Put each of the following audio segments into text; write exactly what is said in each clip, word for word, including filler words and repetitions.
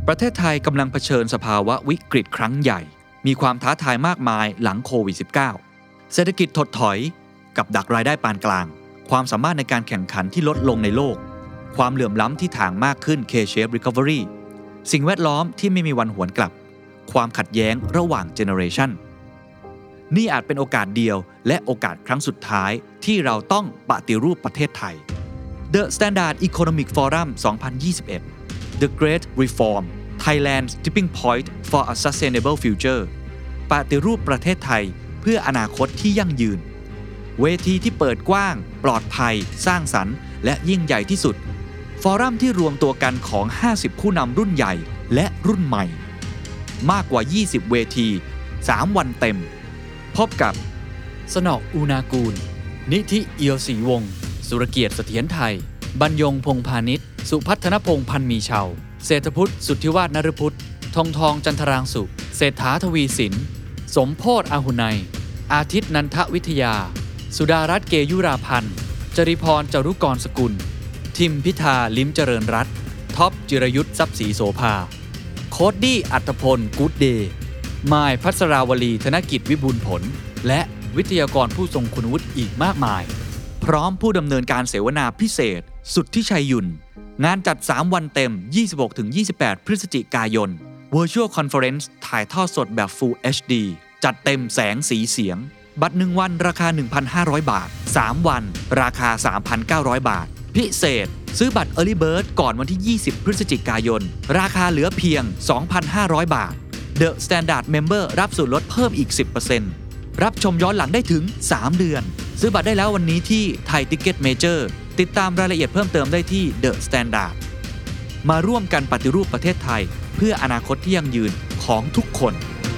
ประเทศไทยกำลังเผชิญสภาวะวิกฤตครั้งใหญ่มีความท้าทายมากมายหลังโควิด สิบเก้า เศรษฐกิจถดถอยกับดักรายได้ปานกลางความสามารถในการแข่งขันที่ลดลงในโลกความเหลื่อมล้ำที่ถ่างมากขึ้น K-shaped recovery สิ่งแวดล้อมที่ไม่มีวันหวนกลับความขัดแย้งระหว่างเจเนอเรชันนี่อาจเป็นโอกาสเดียวและโอกาสครั้งสุดท้ายที่เราต้องปฏิรูปประเทศไทย The Standard Economic Forum สองพันยี่สิบเอ็ด The Great Reform Thailand's Tipping Point for a Sustainable Future ปฏิรูปประเทศไทยเพื่ออนาคตที่ยั่งยืนเวทีที่เปิดกว้างปลอดภัยสร้างสรรค์และยิ่งใหญ่ที่สุดฟอรัมที่รวมตัวกันของห้าสิบผู้นำรุ่นใหญ่และรุ่นใหม่มากกว่ายี่สิบเวทีสามวันเต็มพบกับสนอกอูนากูลนิธิเอียวศรีวงศ์สุรเกียรติเสถียรไทยบรรยงพงษ์พาณิชย์สุพัฒนพงษ์พันมีเชาเศรษฐพุทธสุทธิวาฒนฤพุทธทองทองจันทรางสุเศรษฐาทวีสินสมโพธิ์อาหุไนอาทิตย์นันทวิทยาสุดารัตน์เกยุราพันธ์จริพรจารุกรสกุลทิมพิธาลิ้มเจริญรัตน์ท็อปจิรยุทธทรัพย์ศรีโสภาโคดดี้อัตพลกู๊ดเดย์มายพัสราวลีธนกิจวิบูลย์ผลและวิทยากรผู้ทรงคุณวุฒิอีกมากมายพร้อมผู้ดำเนินการเสวนาพิเศษสุทธิชัยยุนงานจัดสามวันเต็ม ยี่สิบหกถึงยี่สิบแปด พฤศจิกายน Virtual Conference ถ่ายทอดสดแบบ Full เอช ดี จัดเต็มแสงสีเสียงบัตรหนึ่งวันราคา หนึ่งพันห้าร้อย บาทสามวันราคา สามพันเก้าร้อย บาทพิเศษซื้อบัตร Early Bird ก่อนวันที่ยี่สิบพฤศจิกายนราคาเหลือเพียง สองพันห้าร้อย บาท The Standard Member รับส่วนลดเพิ่มอีก สิบเปอร์เซ็นต์ รับชมย้อนหลังได้ถึงสามเดือนซื้อบัตรได้แล้ววันนี้ที่ Thai Ticket Major ติดตามรายละเอียดเพิ่มเติมได้ที่ The Standard มาร่วมกันปฏิรูปประเทศไทยเพื่ออนาคตที่ยั่งยืนของทุกคน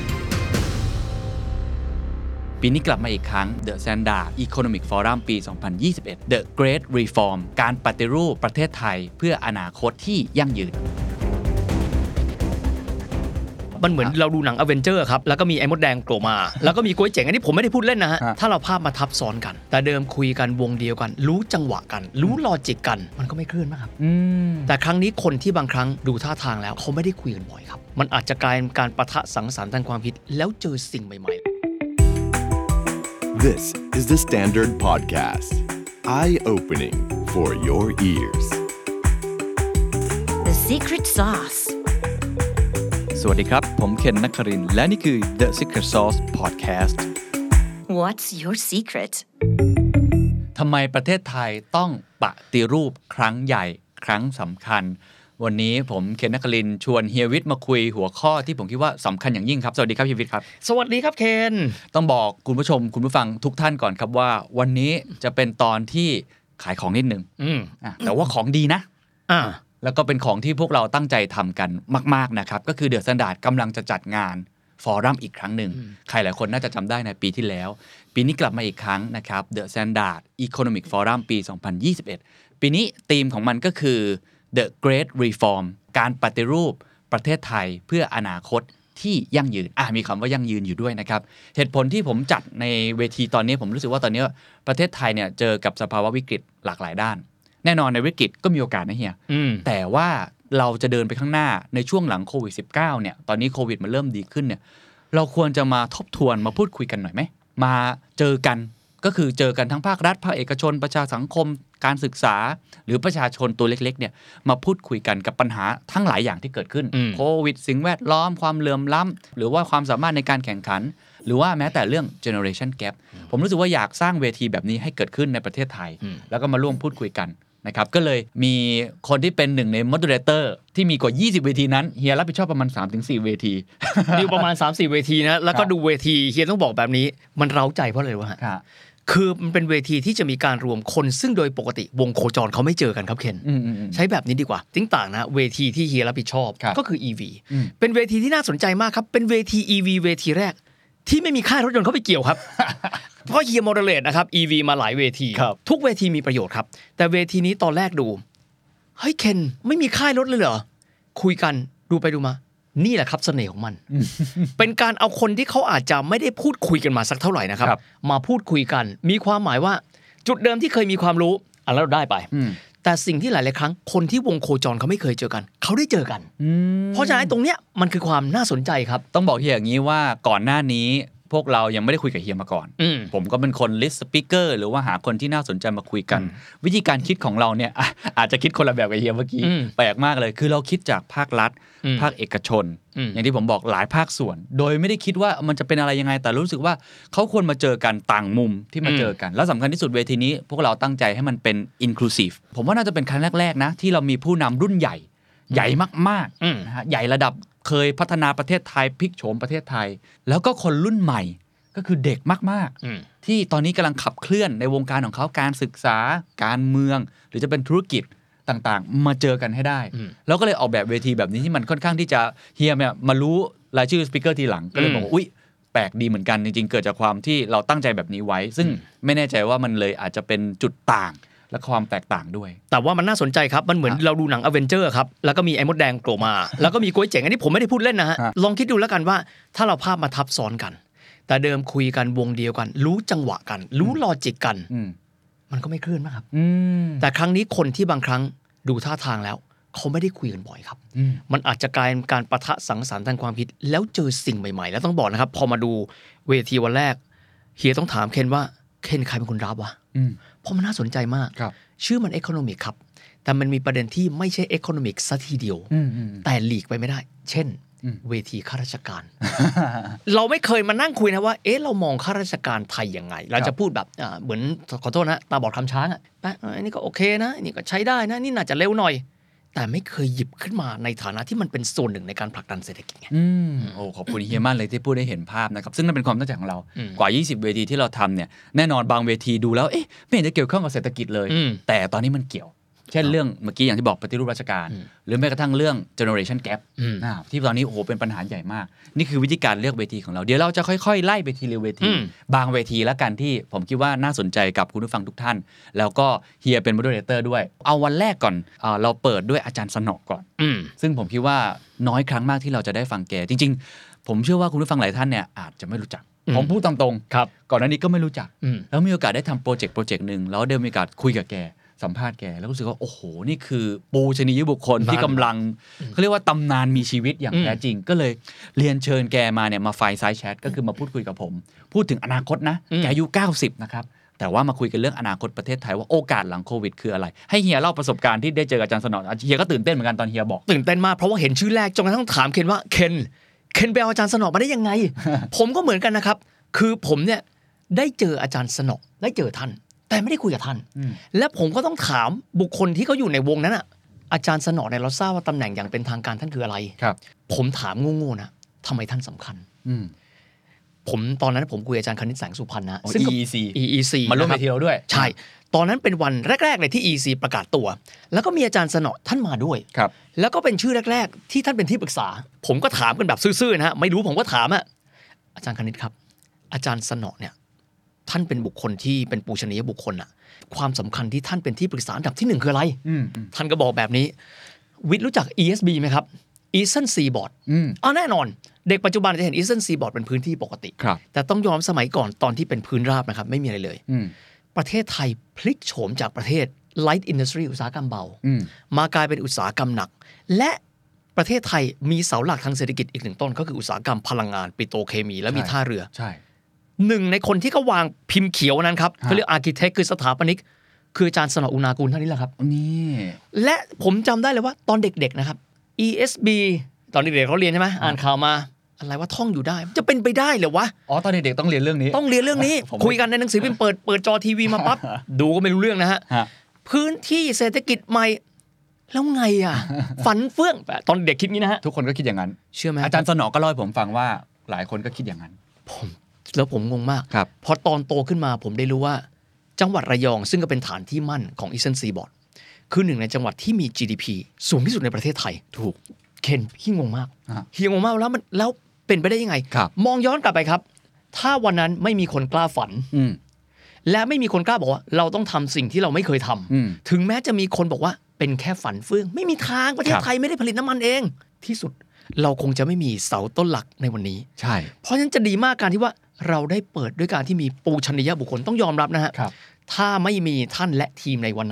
ปีนี้กลับมาอีกครั้ง The Standard Economic Forum ปี สองพันยี่สิบเอ็ด The Great Reform การปฏิรูปประเทศไทยเพื่ออนาคตที่ยั่งยืนมันเหมือนเราดูหนังอเวนเจอร์ครับแล้วก็มีไอ้มดแดงโผล่มาแล้วก็มีก๊วยเจ๋งอันนี้ผมไม่ได้พูดเล่นนะฮะถ้าเราภาพมาทับซ้อนกันแต่เดิมคุยกันวงเดียวกันรู้จังหวะกันรู้ลอจิกกันมันก็ไม่เคลื่อนมากครับแต่ครั้งนี้คนที่บางครั้งดูท่าทางแล้วเขาไม่ได้คุยกันบ่อยครับมันอาจจะกลายเป็นการปะทะสังสรรค์ทางความคิดแล้วเจอสิ่งใหม่ๆ This is the Standard Podcast Eye-opening for your ears The Secret Sauce สวัสดีครับผมเคนนครินทร์และนี่คือ The Secret Sauce Podcast What's your secret ทำไมประเทศไทยต้องปฏิรูปครั้งใหญ่ครั้งสำคัญวันนี้ผมเคนนครินทร์ชวนเฮียวิทย์มาคุยหัวข้อที่ผมคิดว่าสำคัญอย่างยิ่งครับสวัสดีครับเฮียวิทย์ครับสวัสดีครับเคนต้องบอกคุณผู้ชมคุณผู้ฟังทุกท่านก่อนครับว่าวันนี้จะเป็นตอนที่ขายของนิดนึงแต่ว่าของดีนะอ่าแล้วก็เป็นของที่พวกเราตั้งใจทำกันมากๆนะครับก็คือ The Standard กำลังจะจัดงานฟอรัมอีกครั้งหนึ่งใครหลายคนน่าจะจำได้ในปีที่แล้วปีนี้กลับมาอีกครั้งนะครับ The Standard Economic Forum ปี สองพันยี่สิบเอ็ด ปีนี้ธีมของมันก็คือ The Great Reform การปฏิรูปประเทศไทยเพื่ออนาคตที่ยั่งยืนอ่ะมีคำว่ายั่งยืนอยู่ด้วยนะครับเหตุผลที่ผมจัดในเวทีตอนนี้ผมรู้สึกว่าตอนนี้ประเทศไทยเนี่ยเจอกับสภาวะวิกฤตหลากหลายด้านแน่นอนในวิกฤตก็มีโอกาสนะเฮียแต่ว่าเราจะเดินไปข้างหน้าในช่วงหลังโควิด สิบเก้า เนี่ยตอนนี้โควิดมันเริ่มดีขึ้นเนี่ยเราควรจะมาทบทวนมาพูดคุยกันหน่อยไหมมาเจอกันก็คือเจอกันทั้งภาครัฐภาคเอกชนประชาสังคมการศึกษาหรือประชาชนตัวเล็กๆเนี่ยมาพูดคุยกันกับปัญหาทั้งหลายอย่างที่เกิดขึ้นโควิดสิ่งแวดล้อมความเหลื่อมล้ำหรือว่าความสามารถในการแข่งขันหรือว่าแม้แต่เรื่อง generation gap ผมรู้สึกว่าอยากสร้างเวทีแบบนี้ให้เกิดขึ้นในประเทศไทยแล้วก็มาร่วมพูดคุยกันนะครับก็เลยมีคนที่เป็นหนึ่งใน moderator ที่มีกว่ายี่สิบเวทีนั้นเฮียรับผิดชอบประมาณ สามถึงสี่ เวทีอยู่ประมาณ สามถึงสี่ เวทีนะแล้วก็ดูเวทีเฮียต้องบอกแบบนี้มันเร้าใจเพราะอะไรวะฮะคือมันเป็นเวทีที่จะมีการรวมคนซึ่งโดยปกติวงโคจรเขาไม่เจอกันครับเคนใช้แบบนี้ดีกว่าติ้งต่างนะเวทีที่เฮียรับผิดชอบก็คือ อี วี เป็นเวทีที่น่าสนใจมากครับเป็นเวที อี วี เวทีแรกที่ไม่มีค่ายรถยนต์เข้าไปเกี่ยวครับเพราะเฮียโมเดเลตนะครับ อี วี มาหลายเวทีทุกเวทีมีประโยชน์ครับแต่เวทีนี้ตอนแรกดูเฮ้ยเคนไม่มีค่ายรถเลยเหรอคุยกันดูไปดูมานี่แหละครับเสน่ห์ของมัน เป็นการเอาคนที่เขาอาจจะไม่ได้พูดคุยกันมาสักเท่าไหร่นะครับมาพูดคุยกันมีความหมายว่าจุดเดิมที่เคยมีความรู้อ่ะแล้วเราได้ไปแต่สิ่งที่หลายๆครั้งคนที่วงโคจรเขาไม่เคยเจอกันเขาได้เจอกันเพราะฉะนั้นตรงเนี้ยมันคือความน่าสนใจครับต้องบอกเฮียอย่างนี้ว่าก่อนหน้านี้พวกเรายังไม่ได้คุยกับเฮียมาก่อนผมก็เป็นคนลิสต์สปีกเกอร์หรือว่าหาคนที่น่าสนใจมาคุยกันวิธีการคิดของเราเนี่ยอาจจะคิดคนละแบบกับเฮียเมื่อกี้แปลกมากเลยคือเราคิดจากภาครัฐภาคเอกชนอย่างที่ผมบอกหลายภาคส่วนโดยไม่ได้คิดว่ามันจะเป็นอะไรยังไงแต่รู้สึกว่าเขาควรมาเจอกันต่างมุมที่มาเจอกันแล้วสำคัญที่สุดเวทีนี้พวกเราตั้งใจให้มันเป็น inclusive ผมว่าน่าจะเป็นครั้งแรกๆนะที่เรามีผู้นำรุ่นใหญ่ใหญ่มากๆนะฮะใหญ่ระดับเคยพัฒนาประเทศไทยพลิกโฉมประเทศไทยแล้วก็คนรุ่นใหม่ก็คือเด็กมากๆที่ตอนนี้กำลังขับเคลื่อนในวงการของเขาการศึกษาการเมืองหรือจะเป็นธุรกิจต่างๆมาเจอกันให้ได้แล้วก็เลยออกแบบเวทีแบบนี้ที่มันค่อนข้างที่จะเฮียเนี่ยมารู้รายชื่อสปีกเกอร์ทีหลังก็เลยบอกว่าอุ๊ยแปลกดีเหมือนกันจริงๆเกิดจากความที่เราตั้งใจแบบนี้ไว้ซึ่งไม่แน่ใจว่ามันเลยอาจจะเป็นจุดต่างและความแตกต่างด้วยแต่ว่ามันน่าสนใจครับมันเหมือนเราดูหนังอเวนเจอร์ครับแล้วก็มีไอ้มดแดงโผล่มาแล้วก็มีก๊วยเจ๋งอันนี้ผมไม่ได้พูดเล่นนะฮะลองคิดดูแล้วกันว่าถ้าเราภาพมาทับซ้อนกันแต่เดิมคุยกันวงเดียวกันรู้จังหวะกันรู้ลอจิกกันมันก็ไม่คลื่นมากครับแต่ครั้งนี้คนที่บางครั้งดูท่าทางแล้วเขาไม่ได้คุยกันบ่อยครับมันอาจจะกลายเป็นการปะทะสังสรรค์ทางความคิดแล้วเจอสิ่งใหม่ๆแล้วต้องบอกนะครับพอมาดูเวทีวันแรกเฮียต้องถามเคนว่าเคนใครเป็นคนรับวะเพราะมันน่าสนใจมากชื่อมัน economic ครับแต่มันมีประเด็นที่ไม่ใช่ economic ซะทีเดียวแต่หลีกไปไม่ได้เช่นเวทีข้าราชการ เราไม่เคยมานั่งคุยนะว่าเอ๊ะเรามองข้าราชการไทยยังไงเราจะพูดแบบเหมือนขอโทษนะตาบอดคำช้างอ่ะอันนี้ก็โอเคนะนี่ก็ใช้ได้นะนี่น่าจะเร็วหน่อยแต่ไม่เคยหยิบขึ้นมาในฐานะที่มันเป็นส่วนหนึ่งในการผลักดันเศรษฐกิจไงอืมโอ้ขอบคุณเฮียมากเลยที่พูดได้เห็นภาพนะครับซึ่งนั่นเป็นความตั้งใจของเรากว่ายี่สิบเวทีที่เราทำเนี่ยแน่นอนบางเวทีดูแล้วเอ๊ะไม่เห็นจะเกี่ยวข้องกับเศรษฐกิจเลยแต่ตอนนี้มันเกี่ยวเช่นเรื่องเมื่อกี้อย่างที่บอกปฏิรูปราชการหรือแม้กระทั่งเรื่อง generation gap ที่ตอนนี้โอ้โหเป็นปัญหาใหญ่มากนี่คือวิธีการเลือกเวทีของเราเดี๋ยวเราจะค่อยๆไล่ไปทีละเวทีบางเวทีแล้วกันที่ผมคิดว่าน่าสนใจกับคุณผู้ฟังทุกท่านแล้วก็เฮียเป็น moderator ด้วยเอาวันแรกก่อนเราเปิดด้วยอาจารย์สนอก่อนซึ่งผมคิดว่าน้อยครั้งมากที่เราจะได้ฟังแกจริงๆผมเชื่อว่าคุณผู้ฟังหลายท่านเนี่ยอาจจะไม่รู้จักผมพูดตามตรงก่อนหน้านี้ก็ไม่รู้จักแล้วมีโอกาสได้ทำโปรเจกต์โปรเจกต์นึงแล้วได้มีโอกาสคุยกับแกสัมภาษณ์แกแล้วรู้สึกว่าโอ้โหนี่คือปูชนียบุคคลที่กำลังเขาเรียกว่าตำนานมีชีวิตอย่างแท้จริงก็เลยเรียนเชิญแกมาเนี่ยมาไฟล์ไซด์แชทก็คือมาพูดคุยกับผมพูดถึงอนาคตนะแกอายุเก้าสิบนะครับแต่ว่ามาคุยกันเรื่องอนาคตประเทศไทยว่าโอกาสหลังโควิดคืออะไรให้เฮียเล่าประสบการณ์ที่ได้เจออาจารย์สนอเฮียก็ตื่นเต้นเหมือนกันตอนเฮียบอกตื่นเต้นมากเพราะว่าเห็นชื่อแรกจนกระทั่งถามเคนว่าเคนเคนไปเอาอาจารย์สนอมาได้ยังไง ผมก็เหมือนกันนะครับคือผมเนี่ยได้เจออาจารย์สนอได้เจอท่านแต่ไม่ได้คุยกับท่านและผมก็ต้องถามบุคคลที่เขาอยู่ในวงนั้นอ่ะอาจารย์สนอเนี่ยเราทราบว่าตำแหน่งอย่างเป็นทางการท่านคืออะไรครับผมถามโง่ๆนะทำไมท่านสำคัญผมตอนนั้นผมคุยอาจารย์คณิตแสงสุพรรณนะซึ่ง อี อี ซีอี อี ซีมาร่วมเวทีเราด้วยใช่ตอนนั้นเป็นวันแรกๆเลยที่ อี อี ซี ประกาศตัวแล้วก็มีอาจารย์สนอท่านมาด้วยครับแล้วก็เป็นชื่อแรกๆที่ท่านเป็นที่ปรึกษาผมก็ถามกันแบบซื่อๆนะฮะไม่รู้ผมก็ถามอ่ะอาจารย์คณิตครับอาจารย์สนอเนี่ยท่านเป็นบุคคลที่เป็นปูชนียบุคคลอะความสำคัญที่ท่านเป็นที่ปรึกษาอันดับที่หนึ่งคืออะไรท่านก็บอกแบบนี้วิทย์รู้จัก อี เอส บี ไหมครับ Eastern Seaboard อ๋อแน่นอนเด็กปัจจุบันจะเห็น Eastern Seaboard เป็นพื้นที่ปกติแต่ต้องยอมสมัยก่อนตอนที่เป็นพื้นราบนะครับไม่มีอะไรเลยประเทศไทยพลิกโฉมจากประเทศ Light Industry อุตสาหกรรมเบามากลายเป็นอุตสาหกรรมหนักและประเทศไทยมีเสาหลักทางเศรษฐกิจอีกหนึ่งต้นก็คืออุตสาหกรรมพลังงานปิโตรเคมีและมีท่าเรือใช่หนึ่งในคนที่เขาวางพิมพ์เขียวนั้นครับเขาเรียกอาร์คิเทคคือสถาปนิกคืออาจารย์สนออุณากูลท่านนี้แหละครับนี่และผมจำได้เลยว่าตอนเด็กๆนะครับ อี เอส บี ตอนเด็กๆเขาเรียนใช่ไหมอ่านข่าวมาอะไรว่าท่องอยู่ได้จะเป็นไปได้เหรอวะอ๋อตอนเด็กๆต้องเรียนเรื่องนี้ต้องเรียนเรื่องนี้ คุยกันในหนังสือพิมพ์เปิดเปิดจอทีวีมาปั๊บดูก็ไม่รู้เรื่องนะฮะพื้นที่เศรษฐกิจใหม่แล้วไงอ่ะฝันเฟื่องตอนเด็กคิดงี้นะฮะทุกคนก็คิดอย่างนั้นเชื่อไหมอาจารย์สนอก็เล่าให้ผมฟังว่าหลายคนก็คิดอย่างนั้นผมแล้วผมงงมากพอตอนโตขึ้นมาผมได้รู้ว่าจังหวัดระยองซึ่งก็เป็นฐานที่มั่นของ Eastern Seaboard คือหนึ่งในจังหวัดที่มี จี ดี พี สูงที่สุดในประเทศไทยถูกเคนพี่งงมากเฮียงงมากแล้วมันแล้วเป็นไปได้ยังไงมองย้อนกลับไปครับถ้าวันนั้นไม่มีคนกล้าฝันและไม่มีคนกล้าบอกว่าเราต้องทำสิ่งที่เราไม่เคยทำถึงแม้จะมีคนบอกว่าเป็นแค่ฝันเฟื่องไม่มีทางประเทศไทยไม่ได้ผลิตน้ำมันเองที่สุดเราคงจะไม่มีเสาต้นหลักในวันนี้ใช่เพราะฉะนั้นจะดีมากการที่ว่าเราได้เปิดด้วยการที่มีปูชนียบุคคลต้องยอมรับนะฮะถ้าไม่มีท่านและทีมในวันนั้น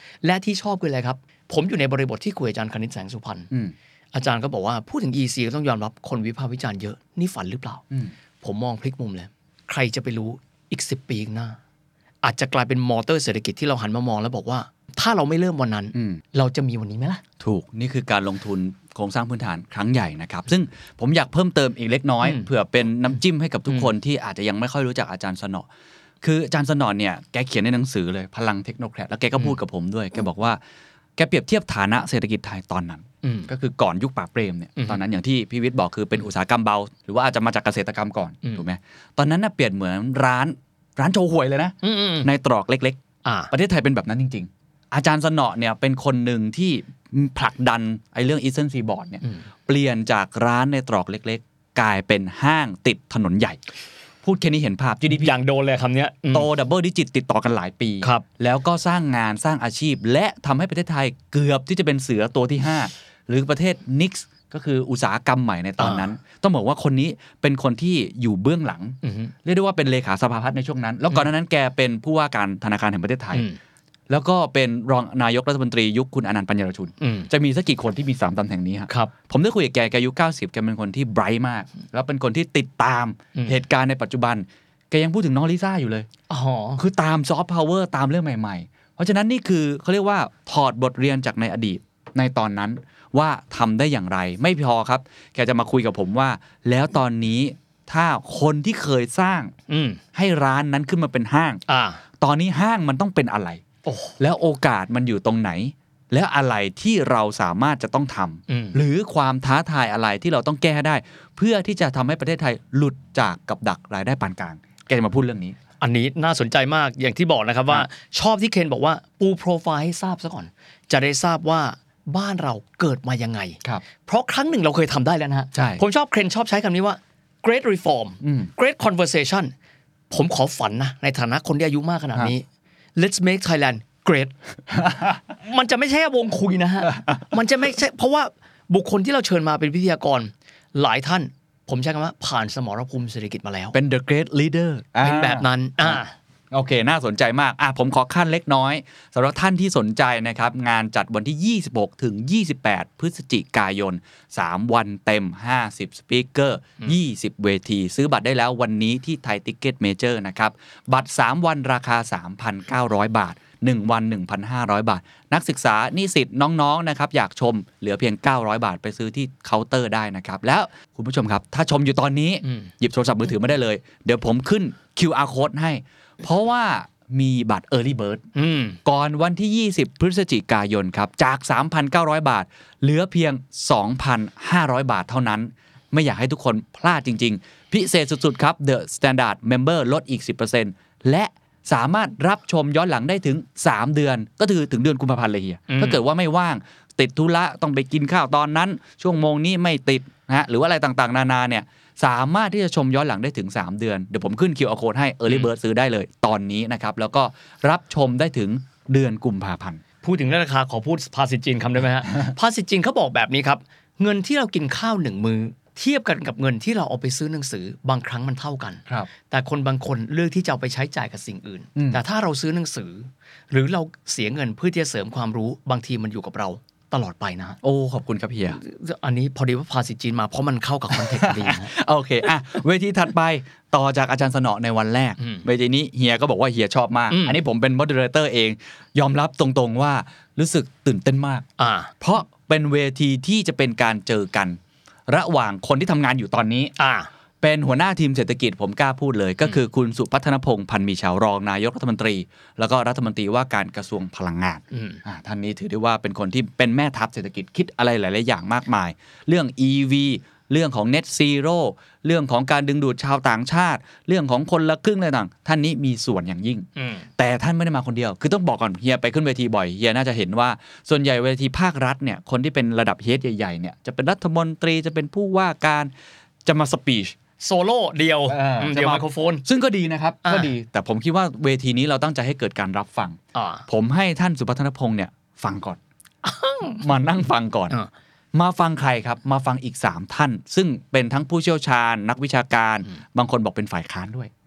และที่ชอบคืออะไรครับผมอยู่ในบริบทที่คุยอาจารย์คณิตแสงสุพรรณอาจารย์ก็บอกว่าพูดถึง อี ซี ก็ต้องยอมรับคนวิพากษ์วิจารณ์เยอะนี่ฝันหรือเปล่าผมมองพลิกมุมเลยใครจะไปรู้อีกสิบปีข้างหน้าอาจจะกลายเป็นมอเตอร์เศรษฐกิจที่เราหันมามองแล้วบอกว่าถ้าเราไม่เริ่มวันนั้นเราจะมีวันนี้ไหมล่ะถูกนี่คือการลงทุนโครงสร้างพื้นฐานครั้งใหญ่นะครับซึ่งผมอยากเพิ่มเติมอีกเล็กน้อยเผื่อเป็นน้ำจิ้มให้กับทุกคนที่อาจจะยังไม่ค่อยรู้จักอาจารย์สนอคืออาจารย์สนอเนี่ยแกเขียนในหนังสือเลยพลังเทคโนแครตแล้วแกก็พูดกับผมด้วยแกบอกว่าแกเปรียบเทียบฐานะเศรษฐกิจไทยตอนนั้นก็คือก่อนยุคป่าเปรมเนี่ยตอนนั้นอย่างที่พี่วิทย์บอกคือเป็นอุตสาหกรรมเบาหรือว่าอาจจะมาจากเกษตรกรรมก่อนถูกไหมตอนนั้นน่ะเปรียบเหมือนร้านร้านโชห่วยเลยนะในตรอกเล็กๆประเทศไทยเป็นแบบนั้นจริงๆอาจารย์สนอเนี่ยเป็นคนหนึ่งที่ผลักดันไอ้เรื่อง Eastern Seaboard เนี่ยเปลี่ยนจากร้านในตรอกเล็กๆกลายเป็นห้างติดถนนใหญ่พูดแค่นี้เห็นภาพ จี ดี พีอย่างโดนเลยคำนี้โตดับเบิลดิจิตติดต่อกันหลายปีแล้วก็สร้างงานสร้างอาชีพและทำให้ประเทศไทยเกือบที่จะเป็นเสือตัวที่ห้าหรือประเทศนิกส์ก็คืออุตสาหกรรมใหม่ในตอนนั้นต้องบอกว่าคนนี้เป็นคนที่อยู่เบื้องหลังเรียกได้ว่าเป็นเลขาสภาพัฒน์ในช่วงนั้นแล้วก่อนหน้านั้นแกเป็นผู้ว่าการธนาคารแห่งประเทศไทยแล้วก็เป็นรองนายกรัฐมนตรียุคคุณอนันต์ปัญญารชุนจะมีสักกี่คนที่มีสามตำแหน่งนี้ครับผมได้คุยกับแกแกอายุเก้าสิบแกเป็นคนที่ไบรท์มากแล้วเป็นคนที่ติดตามเหตุการณ์ในปัจจุบันแกยังพูดถึงน้องลิซ่าอยู่เลยอ๋อคือตามซอฟต์พาวเวอร์ตามเรื่องใหม่ๆเพราะฉะนั้นนี่คือเขาเรียกว่าถอดบทเรียนจากในอดีตในตอนนั้นว่าทำได้อย่างไรไม่พอครับแกจะมาคุยกับผมว่าแล้วตอนนี้ถ้าคนที่เคยสร้างให้ร้านนั้นขึ้นมาเป็นห้างตอนนี้ห้างมันต้องเป็นอะไรแล้วโอกาสมันอยู่ตรงไหนแล้วอะไรที่เราสามารถจะต้องทำหรือความท้าทายอะไรที่เราต้องแก้ได้เพื่อที่จะทำให้ประเทศไทยหลุดจากกับดักรายได้ปานกลางแกจะมาพูดเรื่องนี้อันนี้น่าสนใจมากอย่างที่บอกนะครับว่าชอบที่เคนบอกว่าปูโปรไฟล์ให้ทราบซะก่อนจะได้ทราบว่าบ้านเราเกิดมายังไงเพราะครั้งหนึ่งเราเคยทำได้แล้วนะฮะผมชอบเคนชอบใช้คำนี้ว่า great reform great conversation ผมขอฝันนะในฐานะคนที่อายุมากขนาดนี้ let's make Thailand great มันจะไม่ใช่วงคุยนะฮะมันจะไม่ใช่เพราะว่าบุคคลที่เราเชิญมาเป็นวิทยากรหลายท่านผมใช้คำว่าผ่านสมรภูมิเศรษฐกิจมาแล้วเป็น the great leader เป็นแบบนั้นอ่าโอเคน่าสนใจมากอ่ะผมขอขั้นเล็กน้อยสำหรับท่านที่สนใจนะครับงานจัดวันที่ยี่สิบหกถึงยี่สิบแปดพฤศจิกายนสามวันเต็มห้าสิบสปีกเกอร์ยี่สิบเวทีซื้อบัตรได้แล้ววันนี้ที่ไทยทิกเก็ตเมเจอร์นะครับบัตรสามวันราคา สามพันเก้าร้อย บาทหนึ่งวัน หนึ่งพันห้าร้อย บาทนักศึกษานิสิตน้องๆนะครับอยากชมเหลือเพียงเก้าร้อยบาทไปซื้อที่เคาน์เตอร์ได้นะครับแล้วคุณผู้ชมครับถ้าชมอยู่ตอนนี้หยิบโทรศัพท์มือถือมาได้เลยเดี๋ยวผมขึ้น คิว อาร์ Code ให้เพราะว่ามีบัตร Early Bird ก่อนวันที่ยี่สิบพฤศจิกายนครับจาก สามพันเก้าร้อย บาทเหลือเพียง สองพันห้าร้อย บาทเท่านั้นไม่อยากให้ทุกคนพลาดจริงๆพิเศษสุดๆครับ The Standard Member ลดอีก สิบเปอร์เซ็นต์ และสามารถรับชมย้อนหลังได้ถึงสามเดือนก็คือถึงเดือนกุมภาพันธ์เลยเฮียถ้าเกิดว่าไม่ว่างติดธุระต้องไปกินข้าวตอนนั้นช่วงโมงนี้ไม่ติดนะฮะหรือว่าอะไรต่างๆนานาเนี่ยสามารถที่จะชมย้อนหลังได้ถึงสามเดือนเดี๋ยวผมขึ้น คิว อาร์ Code ให้ Early Bird ซื้อได้เลยตอนนี้นะครับแล้วก็รับชมได้ถึงเดือนกุมภาพันธ์พูดถึงราคาขอพูดภาษิตจีนคำได้ไหมฮะ ภาษิตจีนเขาบอกแบบนี้ครับเงินที่เรากินข้าวหนึ่งมื้อเทียบกันกับเงินที่เราเอาไปซื้อหนังสือบางครั้งมันเท่ากันแต่คนบางคนเลือกที่จะเอาไปใช้จ่ายกับสิ่งอื่นแต่ถ้าเราซื้อหนังสือหรือเราเสียเงินเพื่อที่จะเสริมความรู้บางทีมันอยู่กับเราตลอดไปนะโอ้ขอบคุณครับเฮียอันนี้พอดีว่าภาษิตจีนมาเพราะมันเข้ากับคอนเทกต์ดีนะโอเคอ่ะเวทีถัดไปต่อจากอาจารย์สนอในวันแรกเวทีนี้เฮียก็บอกว่าเฮียชอบมากอันนี้ผมเป็นโมเดเลเตอร์เองยอมรับตรงๆว่ารู้สึกตื่นเต้นมากเพราะเป็นเวทีที่จะเป็นการเจอกันระหว่างคนที่ทำงานอยู่ตอนนี้เป็นหัวหน้าทีมเศรษฐกิจผมกล้าพูดเลยก็คือคุณสุพัฒนพงษ์พันธ์มีชาวรองนายกรัฐมนตรีแล้วก็รัฐมนตรีว่าการกระทรวงพลังงานท่านนี้ถือได้ว่าเป็นคนที่เป็นแม่ทัพเศรษฐกิจคิดอะไรหลายๆอย่างมากมายเรื่อง อี วี เรื่องของ Net Zero เรื่องของการดึงดูดชาวต่างชาติเรื่องของคนละครึ่งอะไรต่างท่านนี้มีส่วนอย่างยิ่งแต่ท่านไม่ได้มาคนเดียวคือต้องบอกก่อนเฮียไปขึ้นเวทีบ่อยเฮียน่าจะเห็นว่าส่วนใหญ่เวทีภาครัฐเนี่ยคนที่เป็นระดับเฮดใหญ่ๆเนี่ยจะเป็นรัฐมนตรีจะเป็นผู้ว่าการจะมาสปีชโซโล่เดียวเดียวไมโครโฟนซึ่งก็ดีนะครับก็ดีแต่ผมคิดว่าเวทีนี้เราตั้งใจให้เกิดการรับฟังผมให้ท่านสุพัฒนพงษ์เนี่ยฟังก่อนมานั่งฟังก่อนมาฟังใครครับมาฟังอีกสามท่านซึ่งเป็นทั้งผู้เชี่ยวชาญนักวิชาการบางคนบอกเป็นฝ่ายค้านด้วย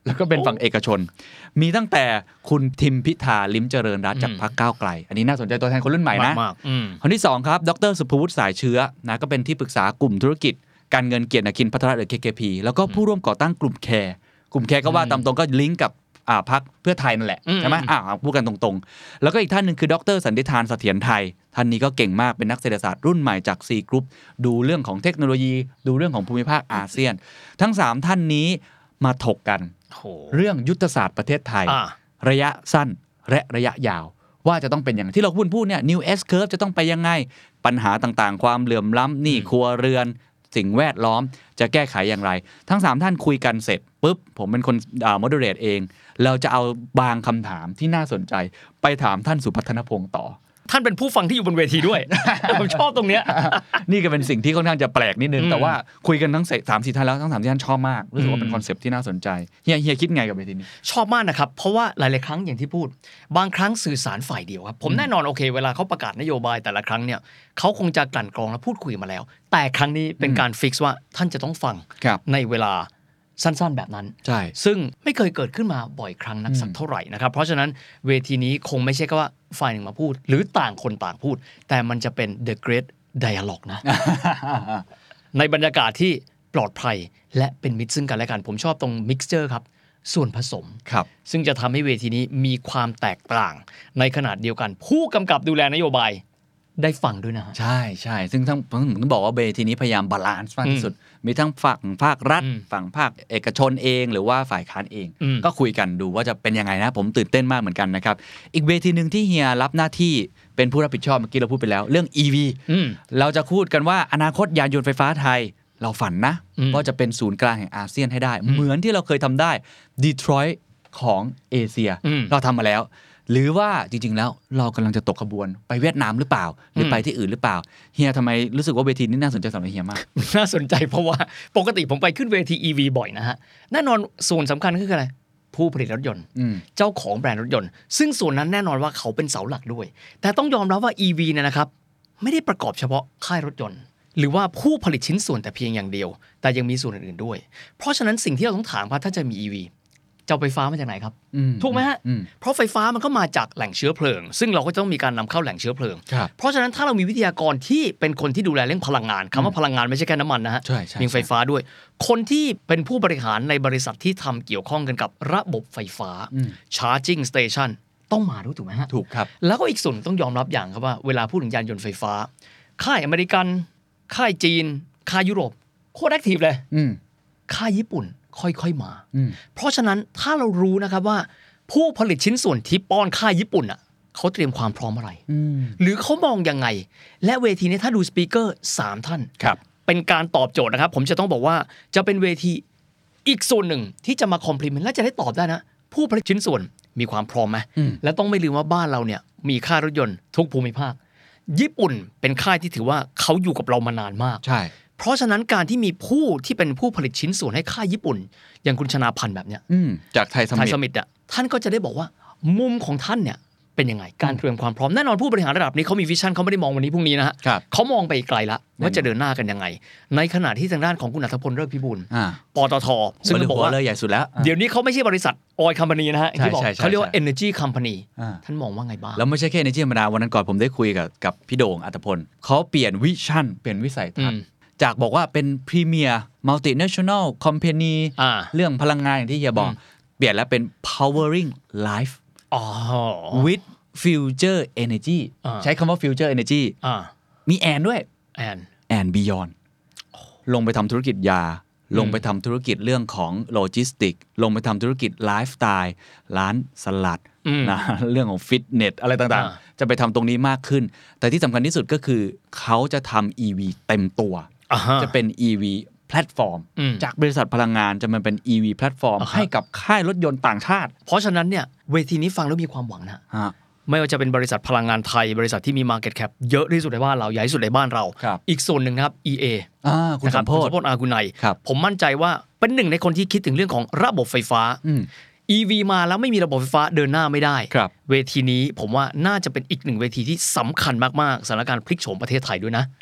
แล้วก็เป็นฝั่งเอกชนมีตั้งแต่คุณทิมพิธาลิ้มเจริญรัตน์จากพรรคก้าวไกลอันนี้น่าสนใจตัวแทนคนรุ่นใหม่นะคนที่สองครับดร.สุภวุฒิสายเชื้อนะก็เป็นที่ปรึกษากลุ่มธุรกิจการเงินเกียรตินคินพัฒระหรือ เค เค พี แล้วก็ผู้ร่วมก่อตั้งกลุ่มแคร์กลุ่มแคร์ก็ว่าตามตรงก็ลิงก์กับอ่าพรรคเพื่อไทยนั่นแหละใช่ไหมอ่าพูดกันตรงๆแล้วก็อีกท่านนึงคือดร.สันติธานเสถียรไทยท่านนี้ก็เก่งมากเป็นนักเศรษฐศาสตร์รุ่นใหม่จาก ซี Group ดูเรื่องของเทคโนโลยีดูเรื่องของภูมิภาคอาเซียนทั้งสามท่านนี้มาถกกันเรื่องยุทธศาสตร์ประเทศไทยระยะสั้นและระยะยาวว่าจะต้องเป็นอย่างที่เราพูดพูดเนี่ย New S Curve จะต้องไปยังไงปัญหาต่างๆความเหลื่อมล้ำหนี้ครัวเรือนสิ่งแวดล้อมจะแก้ไขอย่างไรทั้งสามท่านคุยกันเสร็จปุ๊บผมเป็นคนอ่า moderate เองเราจะเอาบางคำถามที่น่าสนใจไปถามท่านสุพัฒนพงศ์ต่อท่านเป็นผู้ฟังที่อยู่บนเวทีด้วย ผมชอบตรงเนี้ยนี่ก็เป็นสิ่งที่ค่อนข้างจะแปลกนิดนึงแต่ว่าคุยกันทั้งสามสี่ท่านแล้วทั้งสามท่านชอบมากรู้สึกว่าเป็นคอนเซปต์ที่น่าสนใจเฮียเฮียคิดไงกับเวทีนี้ชอบมากนะครับเพราะว่าหลายๆครั้งอย่างที่พูดบางครั้งสื่อสารฝ่ายเดียวครับผมแน่นอนโอเคเวลาเขาประกาศนโยบายแต่ละครั้งเนี่ยเขาคงจะกลั่นกรองและพูดคุยมาแล้วแต่ครั้งนี้เป็นการฟิกซ์ว่าท่านจะต้องฟังในเวลาสั้นๆแบบนั้นใช่ซึ่งไม่เคยเกิดขึ้นมาบ่อยครั้งนักสักเท่าไหร่นะครับเพราะฉะนั้นเวทีนี้คงไม่ใช่แค่ว่าฝ่ายหนึ่งมาพูดหรือต่างคนต่างพูดแต่มันจะเป็น The Great Dialogue นะ ในบรรยากาศที่ปลอดภัยและเป็นมิตรซึ่งกันและกันผมชอบตรง mixture ครับส่วนผสมครับซึ่งจะทำให้เวทีนี้มีความแตกต่างในขนาดเดียวกันผู้กำกับดูแลนโยบายได้ฟังด้วยนะใช่ใช่ซึ่งทั้งผมต้องบอกว่าเวทีนี้พยายามบาลานซ์มากที่สุดมีทั้งฝั่งภาครัฐฝั่งภาคเอกชนเองหรือว่าฝ่ายค้านเองก็คุยกันดูว่าจะเป็นยังไงนะผมตื่นเต้นมากเหมือนกันนะครับอีกเวทีนึงที่เฮียรับหน้าที่เป็นผู้รับผิดชอบเมื่อกี้เราพูดไปแล้วเรื่อง อี วี เราจะพูดกันว่าอนาคตยานยนต์ไฟฟ้าไทยเราฝันนะว่าจะเป็นศูนย์กลางแห่งอาเซียนให้ได้เหมือนที่เราเคยทำได้ดีทรอยต์ของเอเชียเราทำมาแล้วหรือว่าจริงๆแล้วเรากำลังจะตกขบวนไปเวียดนามหรือเปล่าหรือไปที่อื่นหรือเปล่าเฮียทำไมรู้สึกว่าเวทีนี้น่าสนใจสำหรับเฮียมากน่าสนใจเพราะว่าปกติผมไปขึ้นเวที อี วี บ่อยนะฮะแน่นอนส่วนสำคัญคืออะไรผู้ผลิตรถยนต์เจ้าของแบรนด์รถยนต์ซึ่งส่วนนั้นแน่นอนว่าเขาเป็นเสาหลักด้วยแต่ต้องยอมรับว่า อี วี เนี่ยนะครับไม่ได้ประกอบเฉพาะค่ายรถยนต์หรือว่าผู้ผลิตชิ้นส่วนแต่เพียงอย่างเดียวแต่ยังมีส่วนอื่นๆด้วยเพราะฉะนั้นสิ่งที่เราต้องถามว่าถ้าจะมี อี วีจะเอาไฟฟ้ามาจากไหนครับถูกไหมฮะเพราะไฟฟ้ามันก็มาจากแหล่งเชื้อเพลิงซึ่งเราก็ต้องมีการนำเข้าแหล่งเชื้อเพลิงเพราะฉะนั้นถ้าเรามีวิทยากรที่เป็นคนที่ดูแลเรื่องพลังงานคำว่าพลังงานไม่ใช่แค่น้ำมันนะฮะมีไฟฟ้าด้วยคนที่เป็นผู้บริหารในบริษัทที่ทำเกี่ยวข้องกันกับระบบไฟฟ้า charging station ต้องมาด้วยถูกไหมฮะถูกครับแล้วก็อีกส่วนต้องยอมรับอย่างครับว่าเวลาพูดถึงยานยนต์ไฟฟ้าค่ายอเมริกันค่ายจีนค่ายยุโรปโคตรแอคทีฟเลยค่ายญี่ปุ่นค่อยๆมาเพราะฉะนั้นถ้าเรารู้นะครับว่าผู้ผลิตชิ้นส่วนที่ป้อนค่ายญี่ปุ่นอ่ะเขาเตรียมความพร้อมอะไรหรือเขามองยังไงและเวทีนี้ถ้าดูสปีกเกอร์สามท่านเป็นการตอบโจทย์นะครับผมจะต้องบอกว่าจะเป็นเวทีอีกส่วนหนึ่งที่จะมาคอมพลีเมนต์และจะได้ตอบได้นะผู้ผลิตชิ้นส่วนมีความพร้อมไหมและต้องไม่ลืมว่าบ้านเราเนี่ยมีค่ายรถยนต์ทุกภูมิภาคญี่ปุ่นเป็นค่ายที่ถือว่าเขาอยู่กับเรามานานมากใช่เพราะฉะนั้นการที่มีผู้ที่เป็นผู้ผลิตชิ้นส่วนให้ค่ายญี่ปุ่นอย่างคุณชนาพันธ์แบบเนี้ยจากไทยสมิธไทยสมิธอ่ะท่านก็จะได้บอกว่ามุมของท่านเนี่ยเป็นยังไงการเตรียมความพร้อมแน่นอนผู้บริหารระดับนี้เขามีวิชั่นเขาไม่ได้มองวันนี้พรุ่งนี้นะฮะเขามองไปไกลละว่าจะเดินหน้ากันยังไงในขณะที่ทางด้านของคุณอัธพลเลิศพิบูลปตท.ซึ่งบอกว่าเลยใหญ่สุดแล้วเดี๋ยวนี้เขาไม่ใช่บริษัทออยล์คัมพานีนะฮะที่บอกเขาเรียกว่า Energy Company ท่านมองว่าไงบ้างแล้วไม่ใช่แค่ Energy ธรรมดาวันนั้นก่อนผมได้คุยกับกับพี่โด่งอัธพลเขาเปลี่ยนวิชั่นเปลี่ยนวิสัยทัศน์จากบอกว่าเป็น Premier Multinational Company เรื่องพลังงานอย่างที่เฮียบอกเปลี่ยนแล้วเป็น Powering Life with Future Energy ใช้คำว่า Future Energy มีแอนด้วยแอน and Beyond ลงไปทำธุรกิจยาลงไปทำธุรกิจเรื่องของโลจิสติกลงไปทำธุรกิจไลฟ์สไตล์ร้านสลัดนะเรื่องของฟิตเนสอะไรต่างๆจะไปทำตรงนี้มากขึ้นแต่ที่สำคัญที่สุดก็คือเขาจะทำ อี วี เต็มตัวจะเป็น อี วี แพลตฟอร์มจากบริษัทพลังงานจะมาเป็น อี วี แพลตฟอร์มให้กับค่ายรถยนต์ต่างชาติเพราะฉะนั้นเนี่ยเวทีนี้ฟังแล้วมีความหวังนะไม่ว่าจะเป็นบริษัทพลังงานไทยบริษัทที่มี market cap เยอะที่สุดในบ้านเราใหญ่ที่สุดในบ้านเราอีกส่วนหนึ่งนะครับ อี เออ่าคุณสมโพธิ์คุณสมโพธิ์อากุไนผมมั่นใจว่าเป็นหนึ่งในคนที่คิดถึงเรื่องของระบบไฟฟ้า อี วี มาแล้วไม่มีระบบไฟฟ้าเดินหน้าไม่ได้เวทีนี้ผมว่าน่าจะเป็นอีกหนึ่งเวทีที่สำคัญมากๆสำหรับการพลิกโฉมประเทศไทยด้วยนะครับ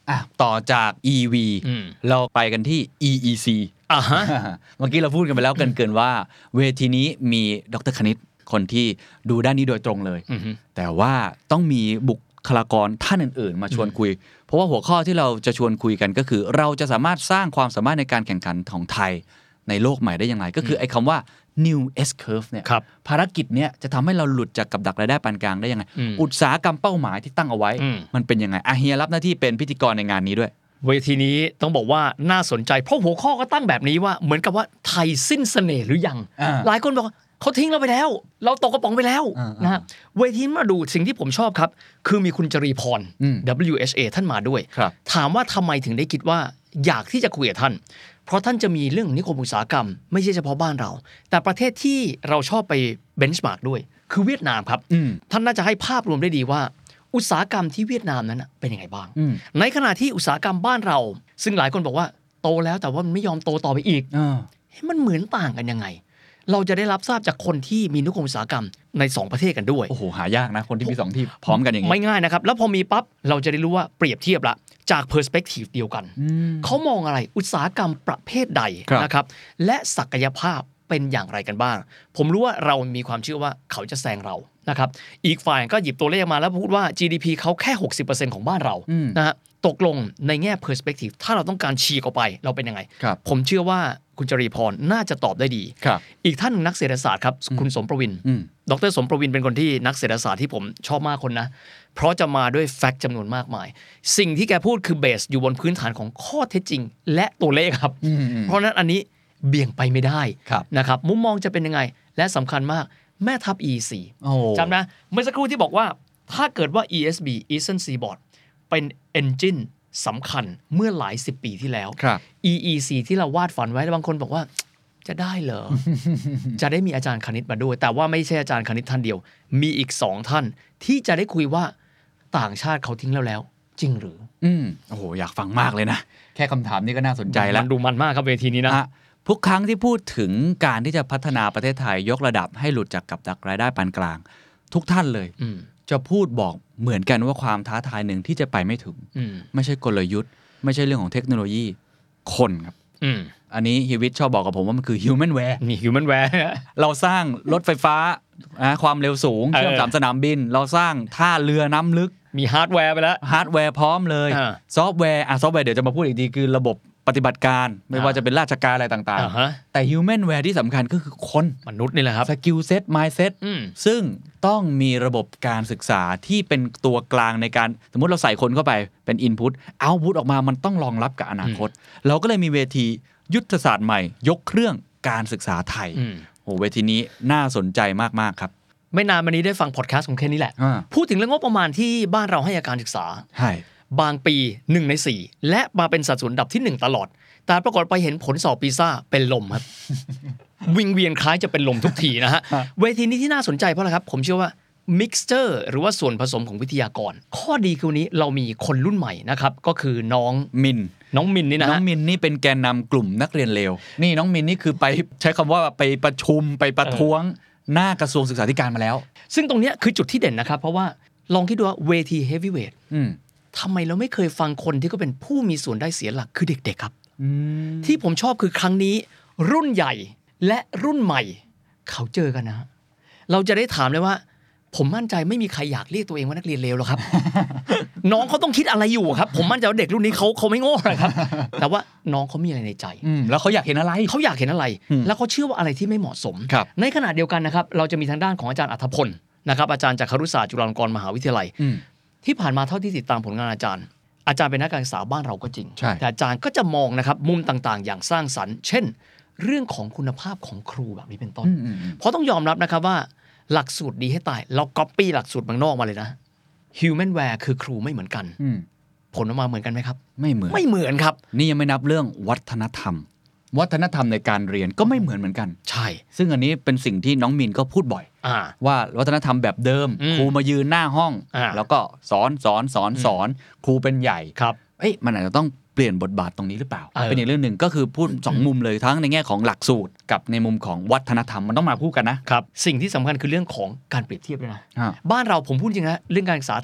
อ่ะต่อจาก อี วีอืมเราไปกันที่ อี อี ซีอ่าฮะเมื่อกี้เราพูดกันไปแล้วเกินๆว่าเวทีนี้มีดรคณิตคนที่ดูด้านนี้โดยตรงเลยอือฮึแต่ว่าต้องมีบุคลากรท่านอื่นๆ มาชวนคุย เพราะว่าหัวข้อที่เราจะชวนคุยกันก็คือ เราจะสามารถสร้างความสามารถในการแข่งขันของไทยในโลกใหม่ได้ยังไงก็คือไอ้คำว่า new S curve เนี่ยครับภารกิจเนี้ยจะทำให้เราหลุดจากกับดักรายได้ปานกลางได้ยังไงอืมอุตสาหกรรมเป้าหมายที่ตั้งเอาไว้อืมมันเป็นยังไงอ่ะเฮียรับหน้าที่เป็นพิธีกรในงานนี้ด้วยเวทีนี้ต้องบอกว่าน่าสนใจเพราะหัวข้อก็ตั้งแบบนี้ว่าเหมือนกับว่าไทยสิ้นเสน่ห์หรือยังอ่าหลายคนบอกว่าเขาทิ้งเราไปแล้ว เราตกกระป๋องไปแล้วอ่าๆนะฮะเวทีมาดูสิ่งที่ผมชอบครับ คือมีคุณจรีพรอืมดับเบิลยู เอช เอ ท่านมาด้วยครับถามว่าทำไมถึงได้คิดว่าอยากที่จะคุยกับท่าน เพราะท่านจะมีเรื่องนิคมอุตสาหกรรม ไม่ใช่เฉพาะบ้านเรา แต่ประเทศที่เราชอบไปเบนช์มาร์กด้วย คือเวียดนามครับอืมท่านน่าจะให้ภาพรวมได้ดีว่า อุตสาหกรรมที่เวียดนามนั้นน่ะเป็นยังไงบ้างอืมในขณะที่อุตสาหกรรมบ้านเรา ซึ่งหลายคนบอกว่าโตแล้วแต่ว่ามันไม่ยอมโตต่อไปอีกอ่าเฮ้ยมันเหมือนต่างกันยังไง เราจะได้รับทราบจากคนที่มีนิคมอุตสาหกรรมในสองประเทศกันด้วยโอ้โหหายากนะคนที่มีสองที่พร้อมกันอย่างนี้ไม่ง่ายนะครับ แล้วพอมีปั๊บเราจะได้รู้ว่าเปรียบเทียบละจากเพอร์สเปกทีฟเดียวกันอืมเขามองอะไรอุตสาหกรรมประเภทใดครับนะครับและศักยภาพเป็นอย่างไรกันบ้าง ผมรู้ว่าเรามีความเชื่อว่าเขาจะแซงเรานะครับอีกฝ่ายก็หยิบตัวเลขมาแล้วพูดว่า จี ดี พี เขาแค่ หกสิบเปอร์เซ็นต์ ของบ้านเราอืมนะฮะตกลงในแง่ perspective ถ้าเราต้องการฉีกออกไปเราเป็นยังไงครับผมเชื่อว่าคุณจรีพรน่าจะตอบได้ดีครับอีกท่านหนึ่งนักเศรษฐศาสตร์ครับคุณสมประวินอืมดรสมประวินเป็นคนที่นักเศรษฐศาสตร์ที่ผมชอบมากคนนะ เพราะจะมาด้วยแฟกต์จำนวนมากมาย สิ่งที่แกพูดคือเบสอยู่บนพื้นฐานของข้อเท็จจริง และตัวเลขครับอืมอืมเพราะฉะนั้นอันนี้เบี่ยงไปไม่ได้ครับนะครับมุมมองจะเป็นยังไง และสำคัญมากแม่ทัพ อี ซีโอ้จำนะเมื่อสักครู่ที่บอกว่าถ้าเกิดว่า อี เอส บี Eastern Seaboard เป็น engine สำคัญเมื่อหลายสิบปีที่แล้วครับอี อี ซี ที่เราวาดฝันไว้แล้วบางคนบอกว่าจะได้เหรอ จะได้มีอาจารย์คณิตมาด้วย แต่ว่าไม่ใช่อาจารย์คณิตท่านเดียว มีอีกสองท่านที่จะได้คุยว่าต่างชาติเขาทิ้งเราแล้ว จริงหรืออืมโอ้โหอยากฟังมากเลยนะ แค่คำถามนี้ก็น่าสนใจแล้วมันดูมันมากครับเวทีนี้นะฮะทุกครั้งที่พูดถึงการที่จะพัฒนาประเทศไทยยกระดับให้หลุดจากกับดักรายได้ปานกลาง ทุกท่านเลยอืมจะพูดบอกเหมือนกันว่าความท้าทายหนึ่งที่จะไปไม่ถึงอืมไม่ใช่กลยุทธ์ ไม่ใช่เรื่องของเทคโนโลยีคนครับอืมอันนี้ฮิวิตชอบบอกกับผมว่ามันคือ humanware นี่ human wear เราสร้างรถไฟฟ้านะความเร็วสูงเออเชื่อมสามสนามบิน เราสร้างท่าเรือน้ำลึกมีฮาร์ดแวร์ไปแล้วฮาร์ดแวร์พร้อมเลยอ่าซอฟต์แวร์อ่ะซอฟต์แวร์เดี๋ยวจะมาพูดอีกทีคือระบบปฏิบัติการ ไม่อ่าว่าจะเป็นราชการอะไรต่างอ่าฮะๆ แต่ humanware ที่สำคัญก็คือคนมนุษย์นี่แหละครับสกิลเซ็ตมายเซ็ตอืมซึ่งต้องมีระบบการศึกษาที่เป็นตัวกลางในการสมมติเราใส่คนเข้าไปเป็น Input Output ออกมามันต้องรองรับกับอนาคต เราก็เลยมีเวทียุทธศาสตร์ใหม่ ยกเครื่องการศึกษาไทยอืมโอ้เวทีนี้น่าสนใจมากๆครับไม่นานมานี้ได้ฟังพอดแคสต์ของเคนนี่แหละอ่าพูดถึงเรื่องงบประมาณที่บ้านเราให้การศึกษาใช่บางปีหนึ่งในสี่และมาเป็นสัดส่วนอันดับที่หนึ่งตลอด แต่ปรากฏไปเห็นผลสอบปีซ่าเป็นลมครับ วิงเวียนคล้ายจะเป็นลมทุกทีนะฮะ เวทีนี้ที่น่าสนใจเพราะอะไรครับ ผมเชื่อว่า mixture หรือว่าส่วนผสมของวิทยากร ข้อดีคือวันนี้เรามีคนรุ่นใหม่นะครับ ก็คือน้องมินน้องมินนี่นะน้องฮะมินนี่เป็นแกนนำกลุ่มนักเรียนเลวนี่น้องมินนี่คือไปใช้คำว่าไปประชุมไปประท้วงหน้ากระทรวงศึกษาธิการมาแล้วซึ่งตรงเนี้ยคือจุดที่เด่นนะครับ เพราะว่าลองคิดดูว่าเวที heavyweight อืมทำไมเราไม่เคยฟังคนที่ก็เป็นผู้มีส่วนได้เสียหลักคือเด็กๆครับอืมที่ผมชอบคือครั้งนี้รุ่นใหญ่และรุ่นใหม่ เขาเจอกันนะฮะเราจะได้ถามเลยว่า ผมมั่นใจไม่มีใครอยากเรียกตัวเองว่านักเรียนเลวหรอกครับ น้องเขาต้องคิดอะไรอยู่ครับ ผมมั่นใจว่าเด็กรุ่นนี้เขาเขาไม่โง่หรอกครับ แต่ว่าน้องเขามีอะไรในใจอืมแล้วเขาอยากเห็นอะไรเขาอยากเห็นอะไรอืมแล้วเขาเชื่อว่าอะไรที่ไม่เหมาะสมครับในขณะเดียวกันนะครับเราจะมีทางด้านของอาจารย์อัธพลนะครับอาจารย์จากครุศาสตร์จุฬาลงกรณ์มหาวิทยาลัยอืมที่ผ่านมาเท่าที่ติดตามผลงานอาจารย์ อาจารย์เป็นนักการศึกษาบ้านเราก็จริงใช่แต่อาจารย์ก็จะมองนะครับมุมต่างๆ อย่างสร้างสรรค์ เช่น เรื่องของคุณภาพของครูแบบนี้เป็นต้นอืมอืมอืมเพราะต้องยอมรับนะครับว่าหลักสูตรดีให้ตาย เราก๊อปปี้หลักสูตรเมืองนอกมาเลยนะ Humanware คือครูไม่เหมือนกันอืมผลออกมาเหมือนกันไหมครับไม่เหมือนไม่เหมือนครับนี่ยังไม่นับเรื่องวัฒนธรรม วัฒนธรรมในการเรียนก็ไม่เหมือนเหมือนกันใช่ซึ่งอันนี้เป็นสิ่งที่น้องมินก็พูดบ่อยอ่าว่าวัฒนธรรมแบบเดิมอืมครูมายืนหน้าห้องอ่าแล้วก็สอนสอนสอนสอน ครูเป็นใหญ่ครับเอ้ยมันอาจจะต้องเปลี่ยนบทบาทตรงนี้หรือเปล่าเออเป็นอีกเรื่องหนึ่งก็คือพูดสองมุมเลยทั้งในแง่ของหลักสูตรกับในมุมของวัฒนธรรมมันต้องมาคู่กันนะครับสิ่งที่สำคัญคือเรื่องของการเปรียบเทียบด้วยนะอ่าบ้านเราผมพูดจริงนะเรื่องการศึกษาไทย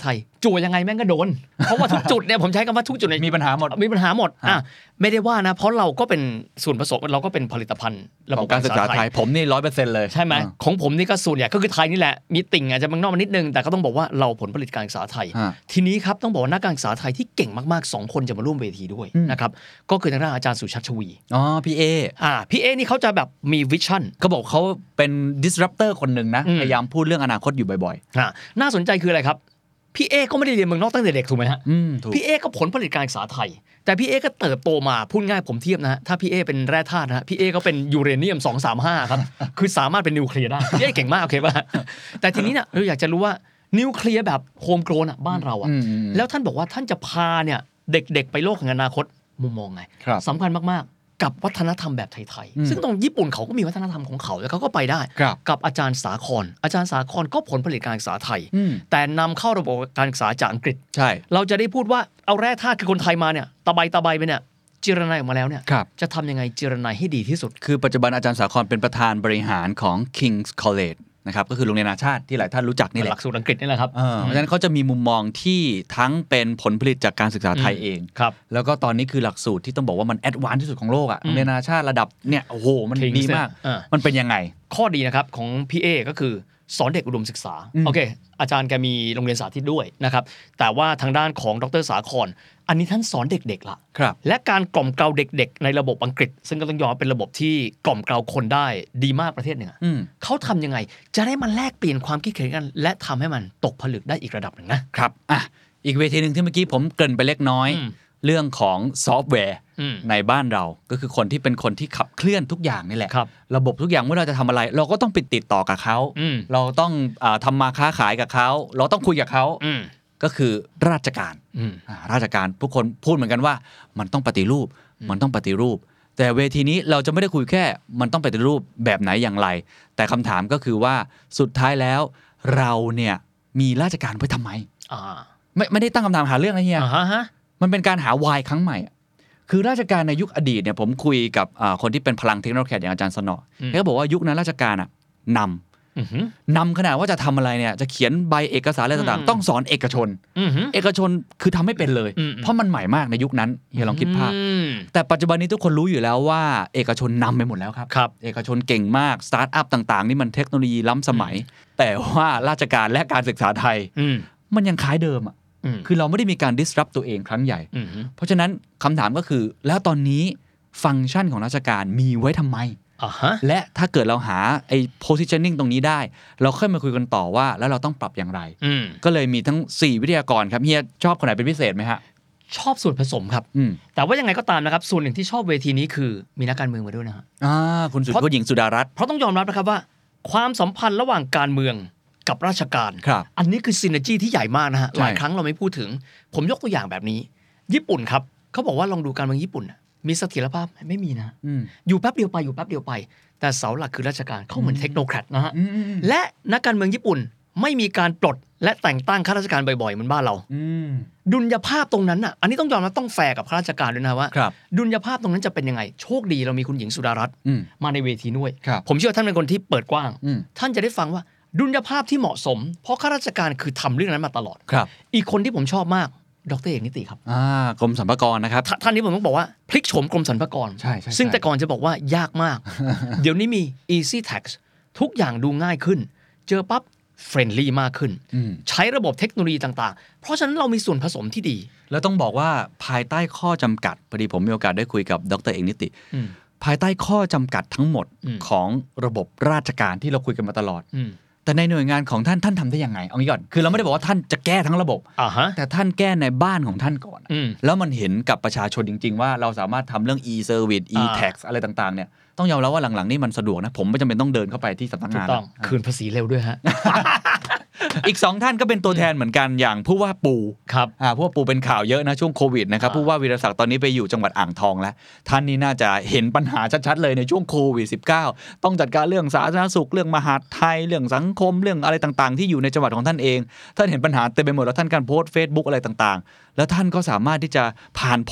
จั่วยังไงแม่งก็โดนเพราะว่าทุกจุดเนี่ยผมใช้คำว่าทุกจุดเนี่ยมีปัญหาหมดมีปัญหาหมดอ่ะไม่ได้ว่านะเพราะเราก็เป็นส่วนผสมเราก็เป็นผลิตภัณฑ์ระขบอบ งการศึกษาไทยผมนี่ร้อยเปอร์เซ็นต์เลยใช่ไหมของผมนี่ก็ส่วนใหญ่ก็คือไทยนี่แหละมีติ่งอาจจะเมืองนอกมานิดนึงแต่ก็ต้องบอกว่าเราผลผลิตการศึกษาไทยทีนี้ครับต้องบอกว่านักการศึกษาไทยที่เก่งมากๆสองคนจะมาร่วมเวทีด้วยนะครับก็คือทางด้านอาจารย์สุชัชวีอ๋อพี่เออ่าพี่เอนี่เขาจะแบบมีวิชั่นเขาบอกเขาเป็น disruptor คนหนึ่งนะพยายามพูดเรื่องอนาคตอยู่บ่อยๆอ่าน่าสนใจคืออะไรครับพี่เอก็ไม่ได้เรียนเมืองนอกตั้งแต่เด็กถูกไหมฮะพี่เอก็ผลผลิตการศึกษาไทยแต่พี่เอก็เติบโตมาพูดง่ายผมเทียบนะฮะถ้าพี่เอเป็นแร่ธาตุนะฮะพี่เอก็เป็นยูเรเนียมสองสามห้าครับคือสามารถเป็นนิวเคลียร์ได้พี่เอเก่งมากโอเคป่ะแต่ทีนี้เนี่ยเราอยากจะรู้ว่านิวเคลียร์แบบโฮมโกรนอ่ะบ้านเราอ่ะแล้วท่านบอกว่าท่านจะพาเนี่ยเด็กๆไปโลกแห่งอนาคตมุมมองไงสำคัญมากๆกับวัฒนธรรมแบบไทยๆซึ่งตรงญี่ปุ่นเขาก็มีวัฒนธรรมของเขาแล้วเขาก็ไปได้กับอาจารย์สาครอาจารย์สาครก็ผลผลิตการศึกษาไทยแต่นำเข้าระบบการศึกษาจากอังกฤษใช่เราจะได้พูดว่าเอาแร่ธาตุคือคนไทยมาเนี่ยตะไบตะไบไปเนี่ยจิรนัยออกมาแล้วเนี่ยจะทำยังไงจิรนัยให้ดีที่สุดคือปัจจุบันอาจารย์สาครเป็นประธานบริหารของ King's Collegeนะครับก็คือโรงเรียนนานาชาติที่หลายท่านรู้จักนี่แหละหลักสูตรอังกฤษนี่แหละครับเพราะฉะนั้นเขาจะมีมุมมองที่ทั้งเป็นผลผลิตจากการศึกษาไทยเองแล้วก็ตอนนี้คือหลักสูตรที่ต้องบอกว่ามันแอดวานซ์ที่สุดของโลกอ่ะโรงเรียนนานาชาติระดับเนี่ยโอ้โหมันดีมากมันเป็นยังไงข้อดีนะครับของพี่เอก็คือสอนเด็กอุดมศึกษาโอเคอาจารย์แกมีโรงเรียนสาธิตด้วยนะครับแต่ว่าทางด้านของดร.สาครอันนี้ท่านสอนเด็กๆละและการกล่อมเกลาเด็กๆในระบบอังกฤษซึ่งก็ต้องยอมเป็นระบบที่กล่อมเกลาคนได้ดีมากประเทศหนึ่งเขาทำยังไงจะได้มันแลกเปลี่ยนความคิดเห็นกันและทำให้มันตกผลึกได้อีกระดับหนึ่งนะครับอ่ะอีกเวทีนึงที่เมื่อกี้ผมเกริ่นไปเล็กน้อยเรื่องของซอฟต์แวร์ในบ้านเราก็คือคนที่เป็นคนที่ขับเคลื่อนทุกอย่างนี่แหละรระบบทุกอย่างเมื่อเราจะทำอะไรเราก็ต้องไปติดต่อกับเขาเราต้องอ่าทำมาค้าขายกับเขาเราต้องคุยกับเขาก็คือราชการราชการทุกคนพูดเหมือนกันว่ามันต้องปฏิรูปมันต้องปฏิรูปแต่เวทีนี้เราจะไม่ได้คุยแค่มันต้องปฏิรูปแบบไหนอย่างไรแต่คำถามก็คือว่าสุดท้ายแล้วเราเนี่ยมีราชการไว้ทำไมไม่ไม่ได้ตั้งคำถามหาเรื่องอะไรเฮียมันเป็นการหาวายครั้งใหม่คือราชการในยุคอดีตเนี่ยผมคุยกับคนที่เป็นพลังเทคโนโลยีอย่างอาจารย์สนอเขาบอกว่ายุคนั้นราชการอ่ะนำนำขนาดว่าจะทำอะไรเนี่ยจะเขียนใบเอกสารอะไรต่างๆต้องสอนเอกชนเอกชนคือทำไม่เป็นเลยเพราะมันใหม่มากในยุคนั้นเฮียลองคิดภาพแต่ปัจจุบันนี้ทุกคนรู้อยู่แล้วว่าเอกชนนำไปหมดแล้วครับเอกชนเก่งมากสตาร์ทอัพต่างๆนี่มันเทคโนโลยีล้ำสมัยแต่ว่าราชการและการศึกษาไทยมันยังคล้ายเดิมอ่ะคือเราไม่ได้มีการ disrupt ตัวเองครั้งใหญ่เพราะฉะนั้นคำถามก็คือแล้วตอนนี้ฟังก์ชันของราชการมีไว้ทำไม uh-huh. และถ้าเกิดเราหาไอ้ positioning ตรงนี้ได้เราค่อยมาคุยกันต่อว่าแล้วเราต้องปรับอย่างไรก็เลยมีทั้งสี่วิทยากรครับเฮียชอบคนไหนเป็นพิเศษไหมฮะชอบส่วนผสมครับแต่ว่ายังไงก็ตามนะครับส่วนหนึ่งที่ชอบเวทีนี้คือมีนักการเมืองมาด้วยนะฮะอ่าคุณสุดผู้หญิงสุดารัตน์เพราะต้องยอมรับนะครับว่าความสัมพันธ์ระหว่างการเมืองกับราชการอันนี้คือซินเนอร์จีที่ใหญ่มากนะฮะหลายครั้งเราไม่พูดถึงผมยกตัวอย่างแบบนี้ญี่ปุ่นครับเขาบอกว่าลองดูการเมืองญี่ปุ่นมีเสถียรภาพไม่มีนะอยู่แป๊บเดียวไปอยู่แป๊บเดียวไปแต่เสาหลักคือราชการเขาเหมือนเทคโนแครตนะฮะและนักการเมืองญี่ปุ่นไม่มีการปลดและแต่งตั้งข้าราชการบ่อยๆเหมือนบ้านเราดุลยภาพตรงนั้นอ่ะอันนี้ต้องยอมรับต้องแฟร์กับข้าราชการด้วยนะว่าดุลยภาพตรงนั้นจะเป็นยังไงโชคดีเรามีคุณหญิงสุดารัตน์มาในเวทีด้วยผมเชื่อท่านเป็นคนที่เปิดกว้างท่านจะได้ฟังว่าดุลยภาพที่เหมาะสมเพราะข้าราชการคือทำเรื่องนั้นมาตลอดอีกคนที่ผมชอบมากดร.เอกนิติครับอ่ากรมสรรพากรนะครับท่านนี้ผมต้องบอกว่าพลิกโฉมกรมสรรพากรใช่ใช่ซึ่งแต่ก่อนจะบอกว่ายากมาก เดี๋ยวนี้มี easy tax ทุกอย่างดูง่ายขึ้นเจอปั๊บเฟรนลี่มากขึ้นใช้ระบบเทคโนโลยีต่างๆเพราะฉะนั้นเรามีส่วนผสมที่ดีแล้วต้องบอกว่าภายใต้ข้อจำกัดพอดีผมมีโอกาสได้คุยกับดร.เอกนิติภายใต้ข้อจำกัดทั้งหมดของระบบราชการที่เราคุยกันมาตลอดแต่ในหน่วยงานของท่านท่านทำได้ยังไงเอางี้ก่อนคือเราไม่ได้บอกว่าท่านจะแก้ทั้งระบบ uh-huh. แต่ท่านแก้ในบ้านของท่านก่อนแล้วมันเห็นกับประชาชนจริงๆว่าเราสามารถทำเรื่อง e-service e-tax อะไรต่างๆเนี่ยต้องยอมรับว่าหลังๆนี่มันสะดวกนะผมไม่จำเป็นต้องเดินเข้าไปที่สำนักงานถูกต้องคืนภาษีเร็วด้วยฮะอีกสองท่านก็เป็นตัวแทนเหมือนกันอย่างผู้ว่าปูครับอ่าผู้ว่าปูเป็นข่าวเยอะนะช่วงโควิดนะครับผู้ว่าวีรศักดิ์ตอนนี้ไปอยู่จังหวัดอ่างทองแล้วท่านนี่น่าจะเห็นปัญหาชัดๆเลยในช่วงโควิด สิบเก้า ต้องจัดการเรื่องสาธารณสุขเรื่องมหาดไทยเรื่องสังคมเรื่องอะไรต่างๆที่อยู่ในจังหวัดของท่านเองท่านเห็นปัญหาเต็มไปหมดแล้วท่านการโพสต์ Facebook อะไรต่างๆแล้วท่านก็สามารถที่จะผ่านพ้น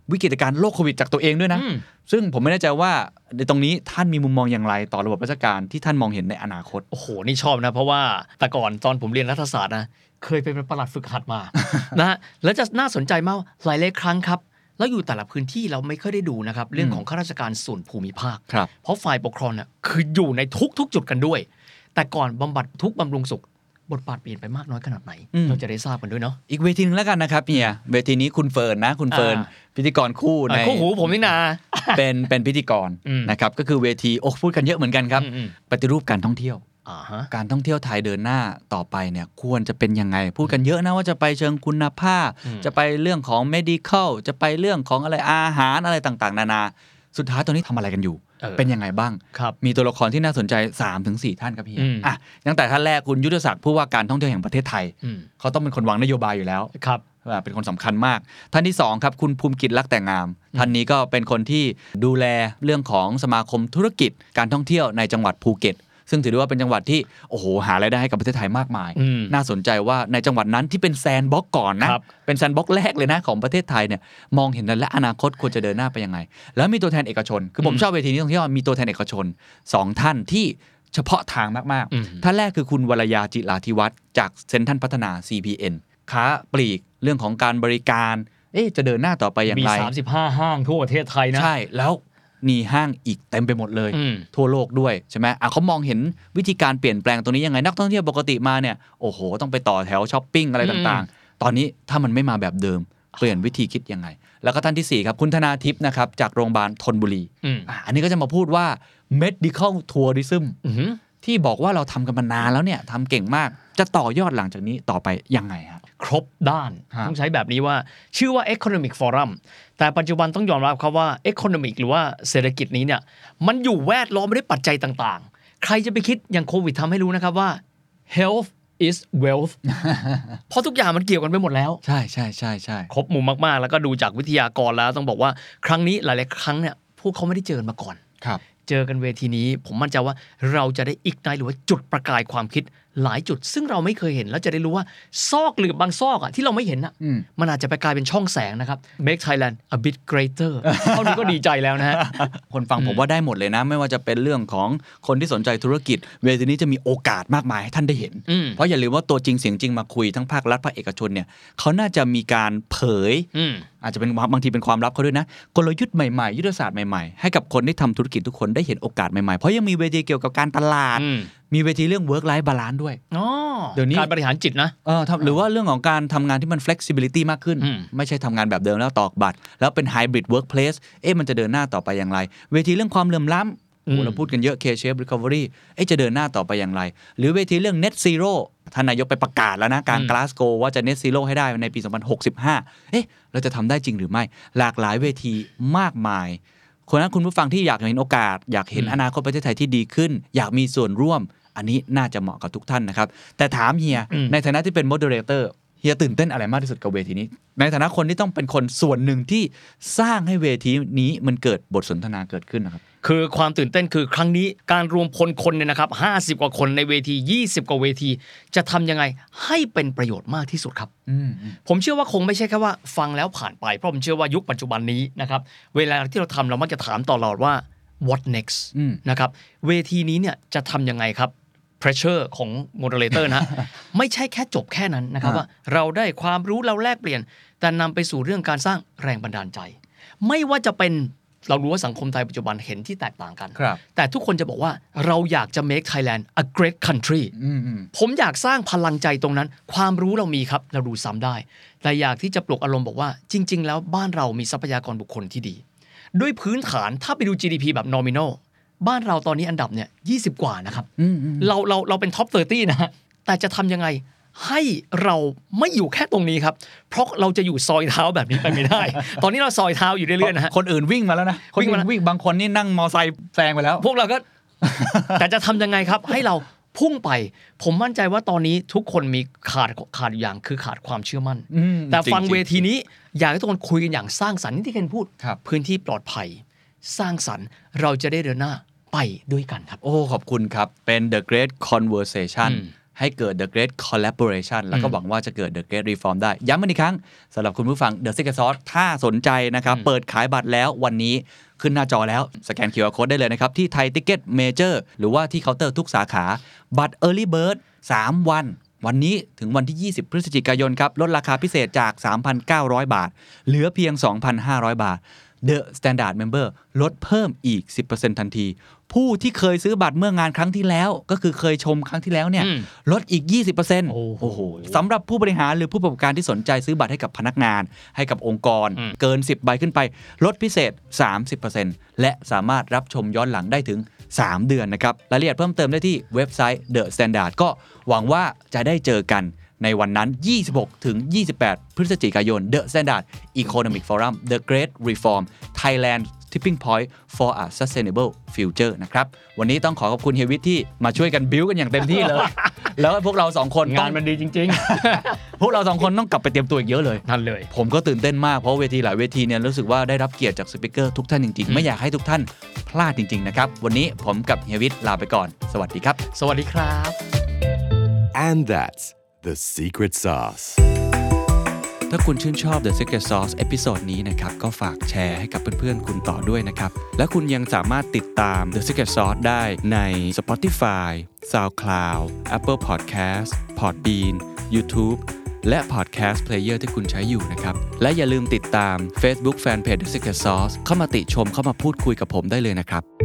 วิกฤตการณ์โรคโควิดจากตัวเองด้วยนะซึ่งผมไม่แน่ใจว่าในตรงนี้ท่านมีมุมมองอย่างไรต่อระบบราชการที่ท่านมองเห็นในอนาคตโอ้โหนี่ชอบนะเพราะว่าแต่ก่อนตอนผมเรียนรัฐศาสตร์นะเคยเป็นปลัดฝึกหัดมา นะแล้วจะน่าสนใจมากหลายเลขครั้งครับแล้วอยู่แต่ละพื้นที่เราไม่เคยได้ดูนะครับเรื่องของข้าราชการส่วนภูมิภาคเพราะฝ่ายปกครองเนี่ยคืออยู่ในทุกๆจุดกันด้วยแต่ก่อนบำบัดทุกบำรุงสุขบทบาทเปลี่ยนไปมากน้อยขนาดไหนเราจะได้ทราบกันด้วยเนาะอีกเวทีนึงแล้วกันนะครับเนี่ยเวทีนี้คุณเฟิร์นนะคุณเฟิร์นพิธีกรคู่ในคู่หูผมนี่นาเป็นเป็นพิธีกรนะครับก็คือเวทีโอ้พูดกันเยอะเหมือนกันครับปฏิรูปการท่องเที่ยวการท่องเที่ยวไทยเดินหน้าต่อไปเนี่ยควรจะเป็นยังไงพูดกันเยอะนะว่าจะไปเชิงคุณภาพจะไปเรื่องของ medical จะไปเรื่องของอะไรอาหารอะไรต่างๆนานาสุดท้ายตอนนี้ทำอะไรกันอยู่เป็นยังไงบ้างมีตัวละครที่น่าสนใจ สามถึงสี่ ท่านครับพี่อ่ะตั้งแต่ท่านแรกคุณยุทธศักดิ์ผู้ว่าการท่องเที่ยวแห่งประเทศไทยเขาต้องเป็นคนวางนโยบายอยู่แล้วครับเป็นคนสำคัญมากท่านที่สองครับคุณภูมิกิจลักษณ์แต่งงามท่านนี้ก็เป็นคนที่ดูแลเรื่องของสมาคมธุรกิจการท่องเที่ยวในจังหวัดภูเก็ตซึ่งถือได้ว่าเป็นจังหวัดที่โอ้โหหารายได้ให้กับประเทศไทยมากมายน่าสนใจว่าในจังหวัดนั้นที่เป็นแซนด์บ็อกซ์ก่อนนะเป็นแซนด์บ็อกซ์แรกเลยนะของประเทศไทยเนี่ยมองเห็นและอนาคตควรจะเดินหน้าไปยังไงแล้วมีตัวแทนเอกชนคือผมชอบเวทีนี้ตรงที่ว่ามีตัวแทนเอกชนสองท่านที่เฉพาะทางมากๆท่านแรกคือคุณวรยาจิราธิวัฒน์จากเซ็นทรัลพัฒนา ซี พี เอ็น ค้าปลีกเรื่องของการบริการเอ๊ะจะเดินหน้าต่อไปอย่างไรมีสามสิบห้าห้างทั่วประเทศไทยนะใช่แล้วมีห้างอีกเต็มไปหมดเลยทั่วโลกด้วยใช่ไหมอ่ะเขามองเห็นวิธีการเปลี่ยนแปลงตรงนี้ยังไงนักท่องเที่ยวปกติมาเนี่ยโอ้โหต้องไปต่อแถวช้อปปิ้งอะไรต่างๆตอนนี้ถ้ามันไม่มาแบบเดิมเปลี่ยนวิธีคิดยังไงแล้วก็ท่านที่สี่ครับคุณธนาทิพย์นะครับจากโรงพยาบาลธนบุรีอ่ะอันนี้ก็จะมาพูดว่า medical tourism ที่บอกว่าเราทำกันมานานแล้วเนี่ยทำเก่งมากจะต่อยอดหลังจากนี้ต่อไปยังไงครับครบด้านต้องใช้แบบนี้ว่าชื่อว่า Economic Forum แต่ปัจจุบันต้องยอมรับครับว่า Economic หรือว่าเศรษฐกิจนี้เนี่ยมันอยู่แวดล้อมด้วยปัจจัยต่างๆใครจะไปคิดอย่างโควิดทำให้รู้นะครับว่า health is wealth เพราะทุกอย่างมันเกี่ยวกันไปหมดแล้วใช่ใช่ใช่ใช่ครบมุมมากๆแล้วก็ดูจากวิทยากรแล้วต้องบอกว่าครั้งนี้หลายๆครั้งเนี่ยพวกเขาไม่ได้เจอกันมาก่อนครับเจอกันเวทีนี้ผมมั่นใจว่าเราจะได้อีกไนท์หรือว่าจุดประกายความคิดหลายจุดซึ่งเราไม่เคยเห็นแล้วจะได้รู้ว่าซอกหรือบางซอกอ่ะที่เราไม่เห็นอ่ะมันอาจจะไปกลายเป็นช่องแสงนะครับ Make Thailand a bit greater เท่านี้ก็ดีใจแล้วนะฮะคนฟังผมว่าได้หมดเลยนะไม่ว่าจะเป็นเรื่องของคนที่สนใจธุรกิจเวทีนี้จะมีโอกาสมากมายให้ท่านได้เห็นเพราะอย่าลืมว่าตัวจริงเสียงจริงมาคุยทั้งภาครัฐภาคเอกชนเนี่ยเขาน่าจะมีการเผยอาจจะเป็นบางทีเป็นความลับเขาด้วยนะกลยุทธ์ใหม่ๆยุทธศาสตร์ใหม่ๆให้กับคนที่ทำธุรกิจทุกคนได้เห็นโอกาสใหม่ๆเพราะยังมีเวทีเกี่ยวกับการตลาดมีเวทีเรื่อง work life balance ด้วยเดี๋ยวนี้การบริหารจิตนะเออหรือว่าเรื่องของการทำงานที่มัน flexibility มากขึ้นไม่ใช่ทำงานแบบเดิมแล้วตอกบัตรแล้วเป็น hybrid workplace เอ๊ะมันจะเดินหน้าต่อไปอย่างไรเวทีเรื่องความเหลื่อมล้ำโอ้เราพูดกันเยอะ K-shape recovery เอ๊ะจะเดินหน้าต่อไปอย่างไรหรือเวทีเรื่อง net zero ท่านนายกไปประกาศแล้วนะการ Glasgow ว่าจะ net zero ให้ได้ในปีสองพันหกสิบห้าเอ๊ะเราจะทำได้จริงหรือไม่หลากหลายเวทีมากมายคนนั้นคุณผู้ฟังที่อยากเห็นโอกาสอยากเห็นอนาคตประเทศไทยที่ดีขึ้นอยากมีส่วนร่วมอันนี้น่าจะเหมาะกับทุกท่านนะครับแต่ถามเฮียในฐานะที่เป็น moderator เฮียตื่นเต้นอะไรมากที่สุดกับเวทีนี้ในฐานะคนที่ต้องเป็นคนส่วนหนึ่งที่สร้างให้เวทีนี้มันเกิดบทสนทนาเกิดขึ้นนะครับคือความตื่นเต้นคือครั้งนี้การรวมพลคนเนี่ยนะครับห้าสิบกว่าคนในเวทียี่สิบกว่าเวทีจะทำยังไงให้เป็นประโยชน์มากที่สุดครับผมเชื่อว่าคงไม่ใช่แค่ว่าฟังแล้วผ่านไปเพราะผมเชื่อว่ายุคปัจจุบันนี้นะครับเวลาที่เราทำเรามักจะถามตลอดว่า what next นะครับเวทีนี้เนี่ยจะทำยังไงครับpressure ของ moderator นะ ไม่ใช่แค่จบแค่นั้นนะครับว่าเราได้ความรู้เราแลกเปลี่ยนแต่นำไปสู่เรื่องการสร้างแรงบันดาลใจไม่ว่าจะเป็นเรารู้ว่าสังคมไทยปัจจุบันเห็นที่แตกต่างกันแต่ทุกคนจะบอกว่าเราอยากจะ make Thailand a great country ผมอยากสร้างพลังใจตรงนั้นความรู้เรามีครับเราดูซ้ำได้แต่อยากที่จะปลุกอารมณ์บอกว่าจริงๆแล้วบ้านเรามีทรัพยากรบุคคลที่ดีด้วยพื้นฐานถ้าไปดู จี ดี พี แบบ nominalบ้านเราตอนนี้อันดับเนี่ยยี่สิบกว่านะครับเราเราเราเป็นท็อปสามสิบนะฮะแต่จะทำยังไงให้เราไม่อยู่แค่ตรงนี้ครับเพราะเราจะอยู่ซอยเท้าแบบนี้ไปไม่ได้ ตอนนี้เราซอยเท้าอยู่เรื่อยๆนะฮะคนอื่นวิ่งมาแล้วนะวิ่งมาวิ่งบางคนนี่นั่งมอไซค์แซงไปแล้วพวกเราก็ แต่จะทำยังไงครับให้เราพุ่งไปผมมั่นใจว่าตอนนี้ทุกคนมีขาดขาดอย่างคือขาดความเชื่อมั่นแต่ฟังเวทีนี้อยากให้ทุกคนคุยกันอย่างสร้างสรรค์ที่เคนพูดพื้นที่ปลอดภัยสร้างสรรค์เราจะได้เดินหน้าไปด้วยกันครับโอ้ขอบคุณครับเป็น The Great Conversation ให้เกิด The Great Collaboration แล้วก็หวังว่าจะเกิด The Great Reform ได้ย้ำอีกครั้งสำหรับคุณผู้ฟัง The Secret Sauce ถ้าสนใจนะครับเปิดขายบัตรแล้ววันนี้ขึ้นหน้าจอแล้วสแกน คิว อาร์ Code ได้เลยนะครับที่ Thai Ticket Major หรือว่าที่เคาน์เตอร์ทุกสาขาบัตร Early Bird สามวันวันนี้ถึงวันที่ยี่สิบพฤศจิกายนครับลดราคาพิเศษจาก สามพันเก้าร้อย บาทเหลือเพียง สองพันห้าร้อย บาท The Standard Member ลดเพิ่มอีก สิบเปอร์เซ็นต์ ทันทีผู้ที่เคยซื้อบัตรเมื่องานครั้งที่แล้วก็คือเคยชมครั้งที่แล้วเนี่ยลดอีก ยี่สิบเปอร์เซ็นต์โอ้โหสำหรับผู้บริหารหรือผู้ประกอบการที่สนใจซื้อบัตรให้กับพนักงานให้กับองค์กรเกินสิบใบขึ้นไปลดพิเศษ สามสิบเปอร์เซ็นต์ และสามารถรับชมย้อนหลังได้ถึงสามเดือนนะครับรายละเอียดเพิ่มเติมได้ที่เว็บไซต์ The Standard ก็หวังว่าจะได้เจอกันในวันนั้นยี่สิบหกถึงยี่สิบแปดพฤศจิกายน The Standard Economic Forum The Great Reform Thailand Tipping Point for a Sustainable Future นะครับวันนี้ต้องขอขอบคุณเฮียวิทย์ที่มาช่วยกันบิ้วกันอย่างเต็มที่เลย แล้วพวกเราสองคนงานมันดีจริงๆพวกเราสองคนต้องกลับไปเตรียมตัวอีกเยอะเลยนั่นเลยผมก็ตื่นเต้นมากเพราะเวทีหลายเวทีเนี่ยรู้สึกว่าได้รับเกียรติจากสปีกเกอร์ทุกท่านจริงๆไม่อยากให้ทุกท่านพลาดจริงๆนะครับวันนี้ผมกับเฮียวิทย์ลาไปก่อนสวัสดีครับสวัสดีครับ And that's the secret sauce ถ้าคุณชื่นชอบ The Secret Sauce เอพิโซดนี้นะครับก็ฝากแชร์ให้กับเพื่อนๆคุณต่อด้วยนะครับและคุณยังสามารถติดตาม The Secret Sauce ได้ใน Spotify, SoundCloud, Apple Podcast, Podbean, YouTube และ Podcast Player ที่คุณใช้อยู่นะครับและอย่าลืมติดตาม Facebook Fanpage The Secret Sauce เข้ามาติชมเข้ามาพูดคุยกับผมได้เลยนะครับ